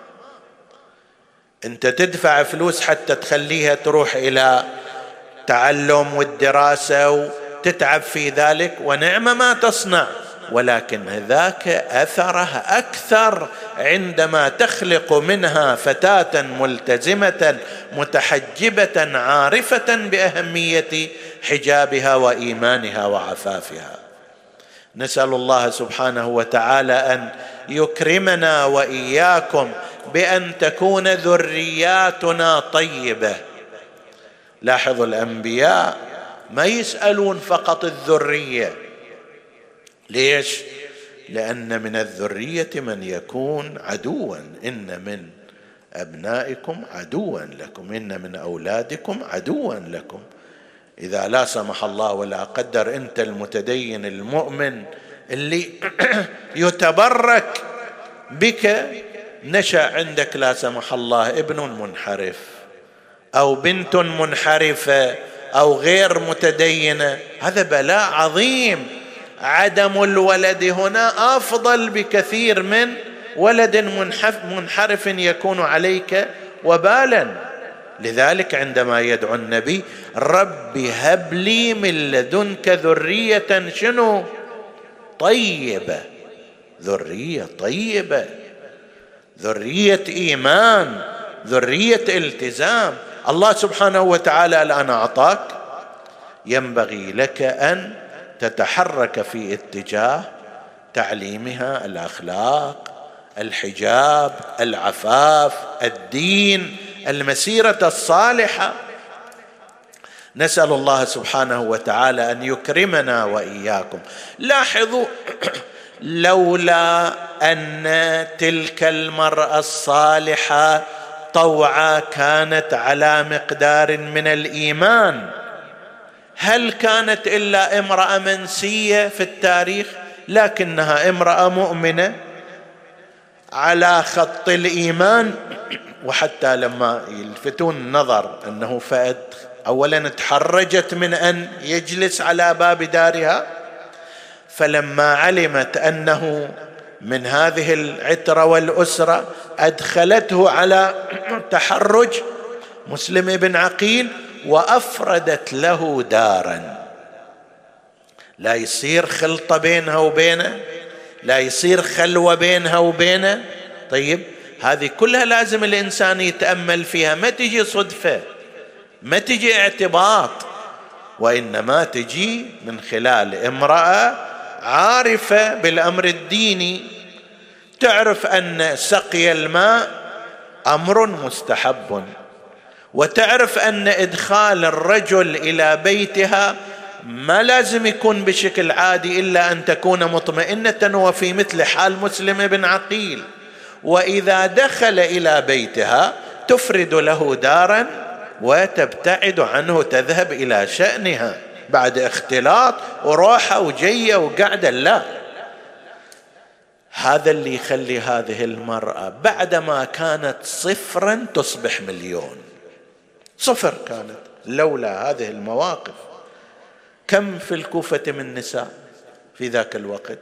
أنت تدفع فلوس حتى تخليها تروح إلى تعلم والدراسة وتتعب في ذلك، ونعم ما تصنع، ولكن ذاك أثره أكثر عندما تخلق منها فتاة ملتزمة متحجبة عارفة بأهمية حجابها وإيمانها وعفافها. نسأل الله سبحانه وتعالى أن يكرمنا وإياكم بأن تكون ذرياتنا طيبة. لاحظوا الأنبياء ما يسألون فقط الذرية. ليش؟ لأن من الذرية من يكون عدوا. إن من أبنائكم عدوا لكم، إن من أولادكم عدوا لكم. إذا لا سمح الله ولا قدر أنت المتدين المؤمن اللي يتبرك بك نشأ عندك لا سمح الله ابن منحرف أو بنت منحرفة أو غير متدينة، هذا بلاء عظيم. عدم الولد هنا أفضل بكثير من ولد منحرف يكون عليك وبالا. لذلك عندما يدعو النبي رب هب لي من لدنك ذرية شنو؟ طيبة، ذرية طيبة، ذرية إيمان، ذرية التزام. الله سبحانه وتعالى الآن أعطاك، ينبغي لك أن تتحرك في اتجاه تعليمها الأخلاق، الحجاب، العفاف، الدين، المسيرة الصالحة. نسأل الله سبحانه وتعالى أن يكرمنا وإياكم. لاحظوا لولا أن تلك المرأة الصالحة طوعة كانت على مقدار من الإيمان، هل كانت إلا امرأة منسية في التاريخ؟ لكنها امرأة مؤمنة على خط الإيمان. وحتى لما يلفتون النظر أنه فأد أولا تحرجت من أن يجلس على باب دارها، فلما علمت أنه من هذه العترة والأسرة أدخلته على تحرج مسلم بن عقيل وأفردت له دارا، لا يصير خلطة بينها وبينه، لا يصير خلوة بينها وبينه. طيب هذه كلها لازم الإنسان يتأمل فيها، ما تجي صدفة، ما تجي اعتباط، وإنما تجي من خلال امرأة عارفة بالأمر الديني، تعرف أن سقي الماء أمر مستحب، وتعرف أن إدخال الرجل إلى بيتها ما لازم يكون بشكل عادي إلا أن تكون مطمئنة وفي مثل حال مسلم بن عقيل. وإذا دخل إلى بيتها تفرد له دارا وتبتعد عنه، تذهب إلى شأنها بعد اختلاط وروحة وجية وقعدة. لا، هذا اللي يخلي هذه المرأة بعدما كانت صفرا تصبح مليون. صفر كانت لولا هذه المواقف. كم في الكوفة من نساء في ذاك الوقت؟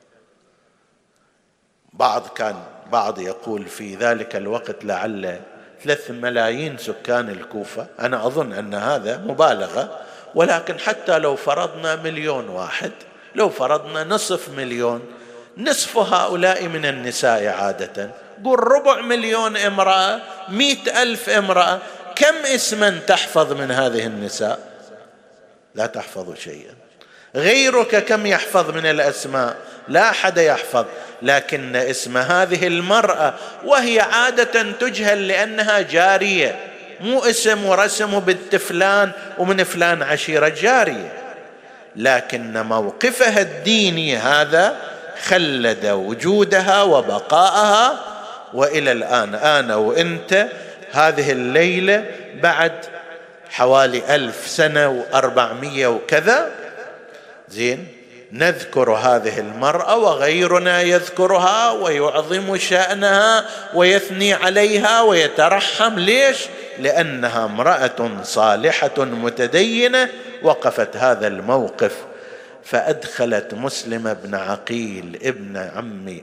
بعض يقول في ذلك الوقت لعل 3 ملايين سكان الكوفة. أنا أظن أن هذا مبالغة، ولكن حتى لو فرضنا 1,000,000 واحد، لو فرضنا 500,000، نصف هؤلاء من النساء عادة، قل 400,000 امرأة، 100,000 امرأة، كم اسما تحفظ من هذه النساء؟ لا تحفظ شيئا. غيرك كم يحفظ من الأسماء؟ لا أحد يحفظ. لكن اسم هذه المرأة، وهي عادة تجهل لأنها جارية، مو اسم ورسم بنت فلان ومن فلان عشيرة، جارية، لكن موقفها الديني هذا خلد وجودها وبقائها. وإلى الآن أنا وإنت هذه الليلة بعد حوالي 1000 سنة و400 وكذا، زين، نذكر هذه المرأة وغيرنا يذكرها ويعظم شأنها ويثني عليها ويترحم. ليش؟ لأنها امرأة صالحة متدينة وقفت هذا الموقف، فأدخلت مسلم بن عقيل ابن عم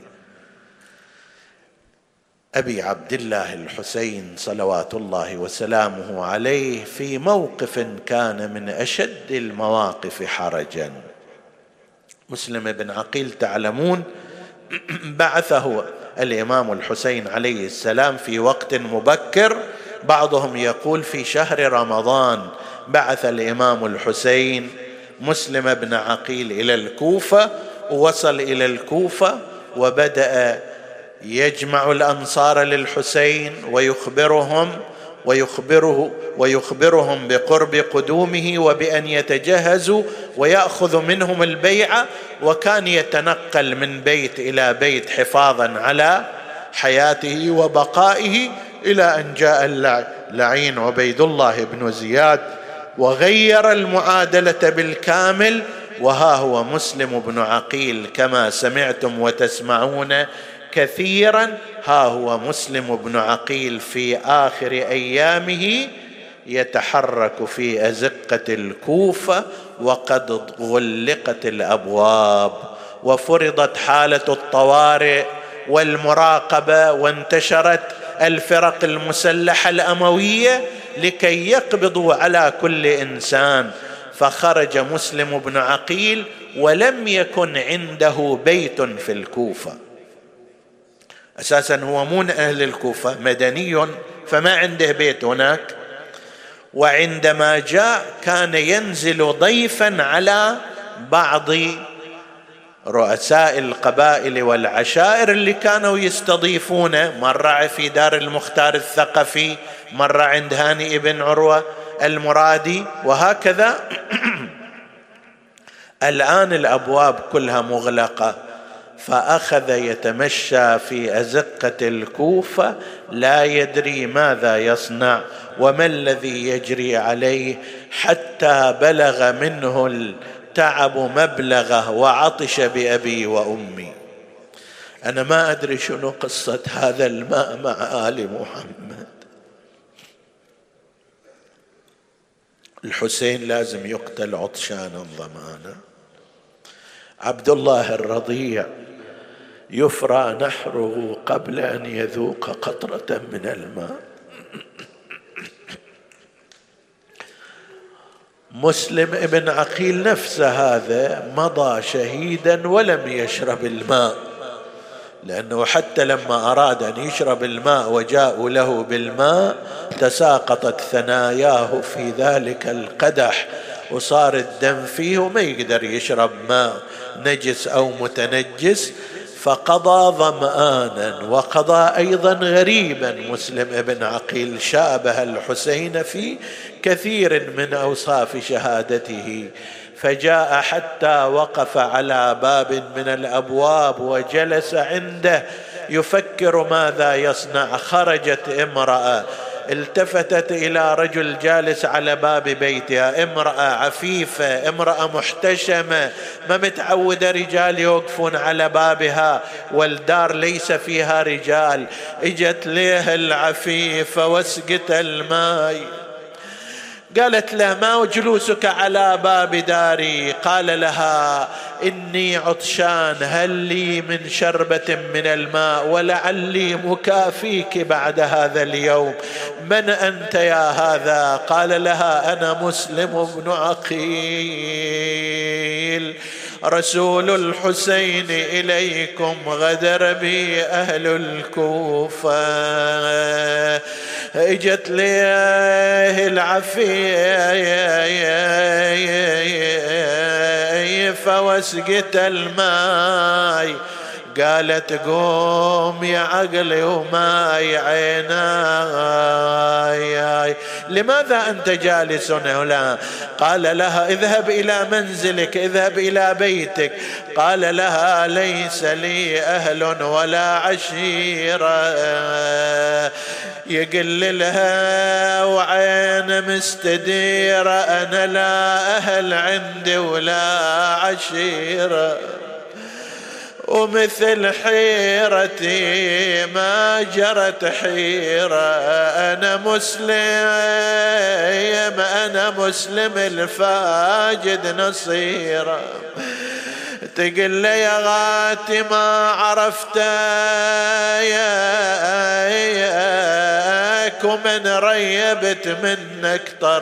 أبي عبد الله الحسين صلوات الله وسلامه عليه في موقف كان من أشد المواقف حرجا. مسلم بن عقيل تعلمون بعثه الإمام الحسين عليه السلام في وقت مبكر، بعضهم يقول في شهر رمضان بعث الإمام الحسين مسلم بن عقيل إلى الكوفة، ووصل إلى الكوفة وبدأ يجمع الأنصار للحسين ويخبرهم بقرب قدومه وبأن يتجهزوا ويأخذ منهم البيعة، وكان يتنقل من بيت إلى بيت حفاظا على حياته وبقائه، إلى أن جاء اللعين عبيد الله بن زياد وغير المعادلة بالكامل. وها هو مسلم بن عقيل كما سمعتم وتسمعون كثيرا، ها هو مسلم بن عقيل في آخر أيامه يتحرك في أزقة الكوفة وقد غلقت الأبواب وفرضت حالة الطوارئ والمراقبة، وانتشرت الفرق المسلحة الأموية لكي يقبضوا على كل إنسان. فخرج مسلم بن عقيل ولم يكن عنده بيت في الكوفة، أساسا هو من أهل الكوفة، مدني، فما عنده بيت هناك. وعندما جاء كان ينزل ضيفا على بعض رؤساء القبائل والعشائر اللي كانوا يستضيفونه، مرة في دار المختار الثقفي، مرة عند هاني بن عروة المرادي، وهكذا. الآن الأبواب كلها مغلقة، فأخذ يتمشى في أزقة الكوفة لا يدري ماذا يصنع وما الذي يجري عليه، حتى بلغ منه التعب مبلغه وعطش بأبي وأمي. أنا ما أدري شنو قصة هذا الماء مع آل محمد. الحسين لازم يقتل عطشانا ظمانا. عبد الله الرضيع يفرى نحره قبل أن يذوق قطرة من الماء. مسلم ابن عقيل نفسه هذا مضى شهيدا ولم يشرب الماء، لأنه حتى لما أراد أن يشرب الماء وجاءوا له بالماء تساقطت ثناياه في ذلك القدح وصار الدم فيه وما يقدر يشرب ماء نجس أو متنجس، فقضى ظمآنا وقضى أيضا غريبا. مسلم ابن عقيل شابه الحسين في كثير من أوصاف شهادته، فجاء حتى وقف على باب من الأبواب وجلس عنده يفكر ماذا يصنع. خرجت امرأة التفتت إلى رجل جالس على باب بيتها، امرأة عفيفة، امرأة محتشمة، ما متعودة رجال يوقفون على بابها والدار ليس فيها رجال. اجت ليه العفيفة وسقت الماء، قالت له: ما جلوسك على باب داري؟ قال لها: إني عطشان، هل لي من شربة من الماء ولعلي مكافيك بعد هذا اليوم. من أنت يا هذا؟ قال لها: أنا مسلم بن عقيل، رسول الحسين إليكم، غدر بي أهل الكوفة. اجت ليه العفيفة وسقت الماي، قالت: قوم يا عقلي وماي عيناي، لماذا أنت جالس هنا؟ قال لها: اذهب إلى منزلك، اذهب إلى بيتك. قال لها: ليس لي أهل ولا عشيرة. يقل لها وعين مستديرة: أنا لا أهل عندي ولا عشيرة، ومثل حيرتي ما جرت حيرة. أنا مسلم الفاجد نصيرة. تقل لي: يا غاتي ما عرفت ياك، ومن ريبت منك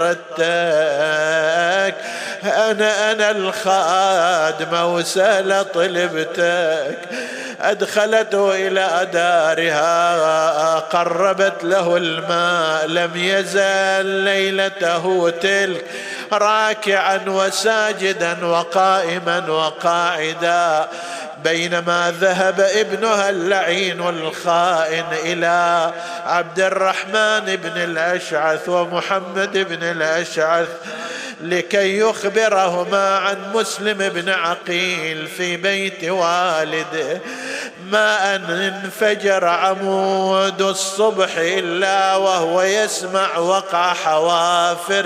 طردتك. أنا الخادمة وسهلة طلبتك. أدخلته إلى دارها، قربت له الماء، لم يزل ليلته تلك راكعا وساجدا وقائما وقاعدا. بينما ذهب ابنها اللعين الخائن إلى عبد الرحمن بن الأشعث ومحمد بن الأشعث لكي يخبرهما عن مسلم بن عقيل في بيت والده، ما أن انفجر عمود الصبح إلا وهو يسمع وقع حوافر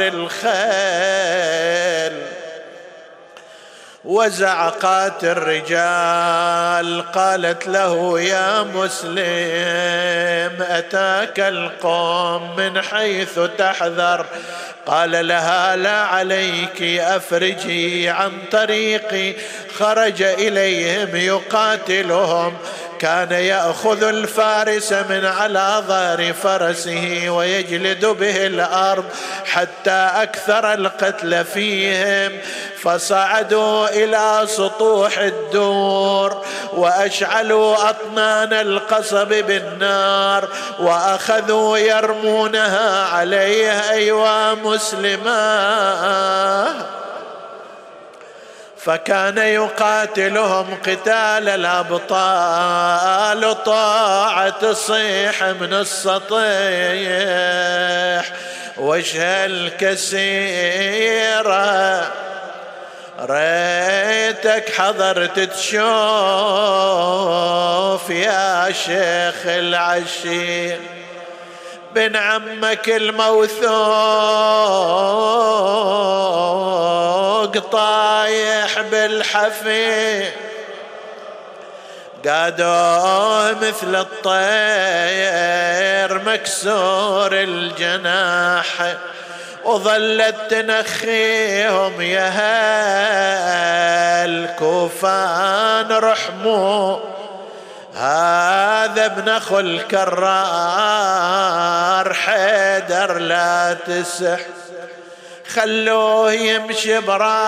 الخيل وزعقات الرجال. قالت له: يا مسلم، أتاك القوم من حيث تحذر. قال لها: لا عليك، أفرجي عن طريقي. خرج إليهم يقاتلهم، كان يأخذ الفارس من على ظهر فرسه ويجلد به الأرض حتى أكثر القتل فيهم. فصعدوا إلى سطوح الدور وأشعلوا أطنان القصب بالنار وأخذوا يرمونها عليه أيها مسلمات. فكان يقاتلهم قتال الأبطال، طاعة تصيح من السطيح وجه الكسيرة. ريتك حضرت تشوف يا شيخ العشير بن عمك الموثوق طايح بالحفي، قادوه مثل الطير مكسور الجناح، وظلت تنخيهم يا هالكوفان رحموا. هذا ابن أخو الكرار حيدر لا تسح، خلوه يمشي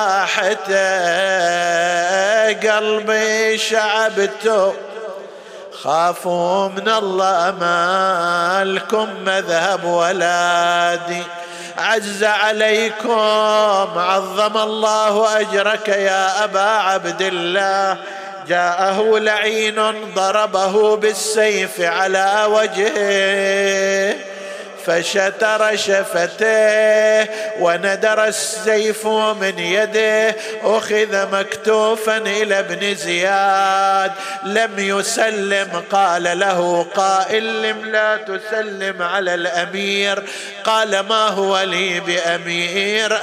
براحته، قلبي شعبته خافوا من الله ما لكم مذهب ولادي. عز عليكم عظم الله أجرك يا أبا عبد الله. جاءه لعين ضربه بالسيف على وجهه فشتر شفتيه وندر السيف من يده، أخذ مكتوفا إلى ابن زياد لم يسلم. قال له قائل: لم لا تسلم على الأمير؟ قال: ما هو لي بأمير،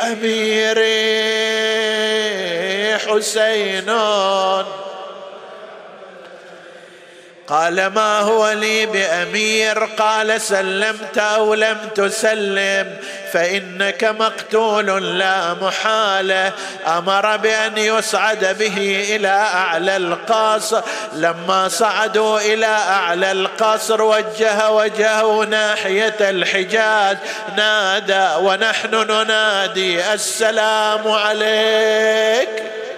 أميري حسين. قال ما هو لي بأمير؟ قال سلمت أو لم تسلم فإنك مقتول لا محالة. أمر بأن يصعد به إلى أعلى القصر. لما صعدوا إلى أعلى القصر وجه وجهه ناحية الحجاز، نادى ونحن ننادي السلام عليك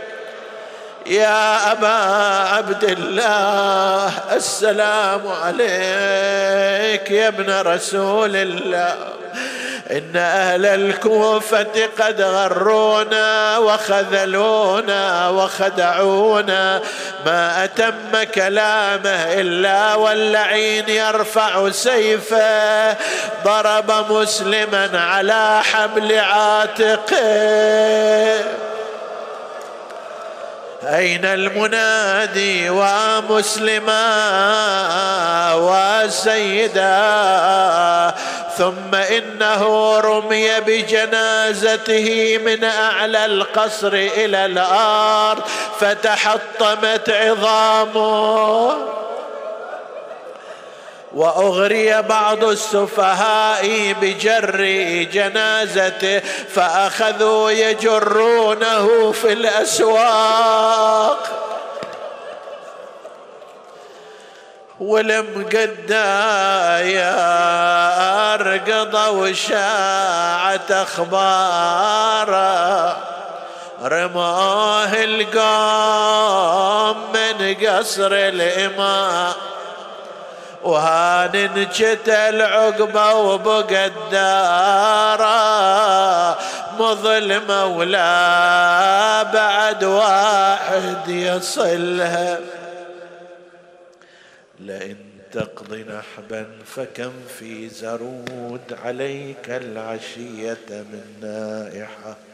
يا أبا عبد الله، السلام عليك يا ابن رسول الله. إن أهل الكوفة قد غرونا وخذلونا وخدعونا، ما أتم كلامه إلا واللعين يرفع سيفه، ضرب مسلما على حبل عاتقه. أين المنادي ومسلما وسيدا؟ ثم إنه رمي بجنازته من أعلى القصر إلى الأرض فتحطمت عظامه. وأغري بعض السفهاء بجر جنازته فأخذوا يجرونه في الأسواق. ولم قدايا أرقض وشاعت أخباره، رماه القوم من قصر الإمام، وهان انجتل عقبه وبقى الدارة مظلمة ولا بعد واحد يصلها. لئن تقضي نحبا فكم في زرود عليك العشية من نائحة.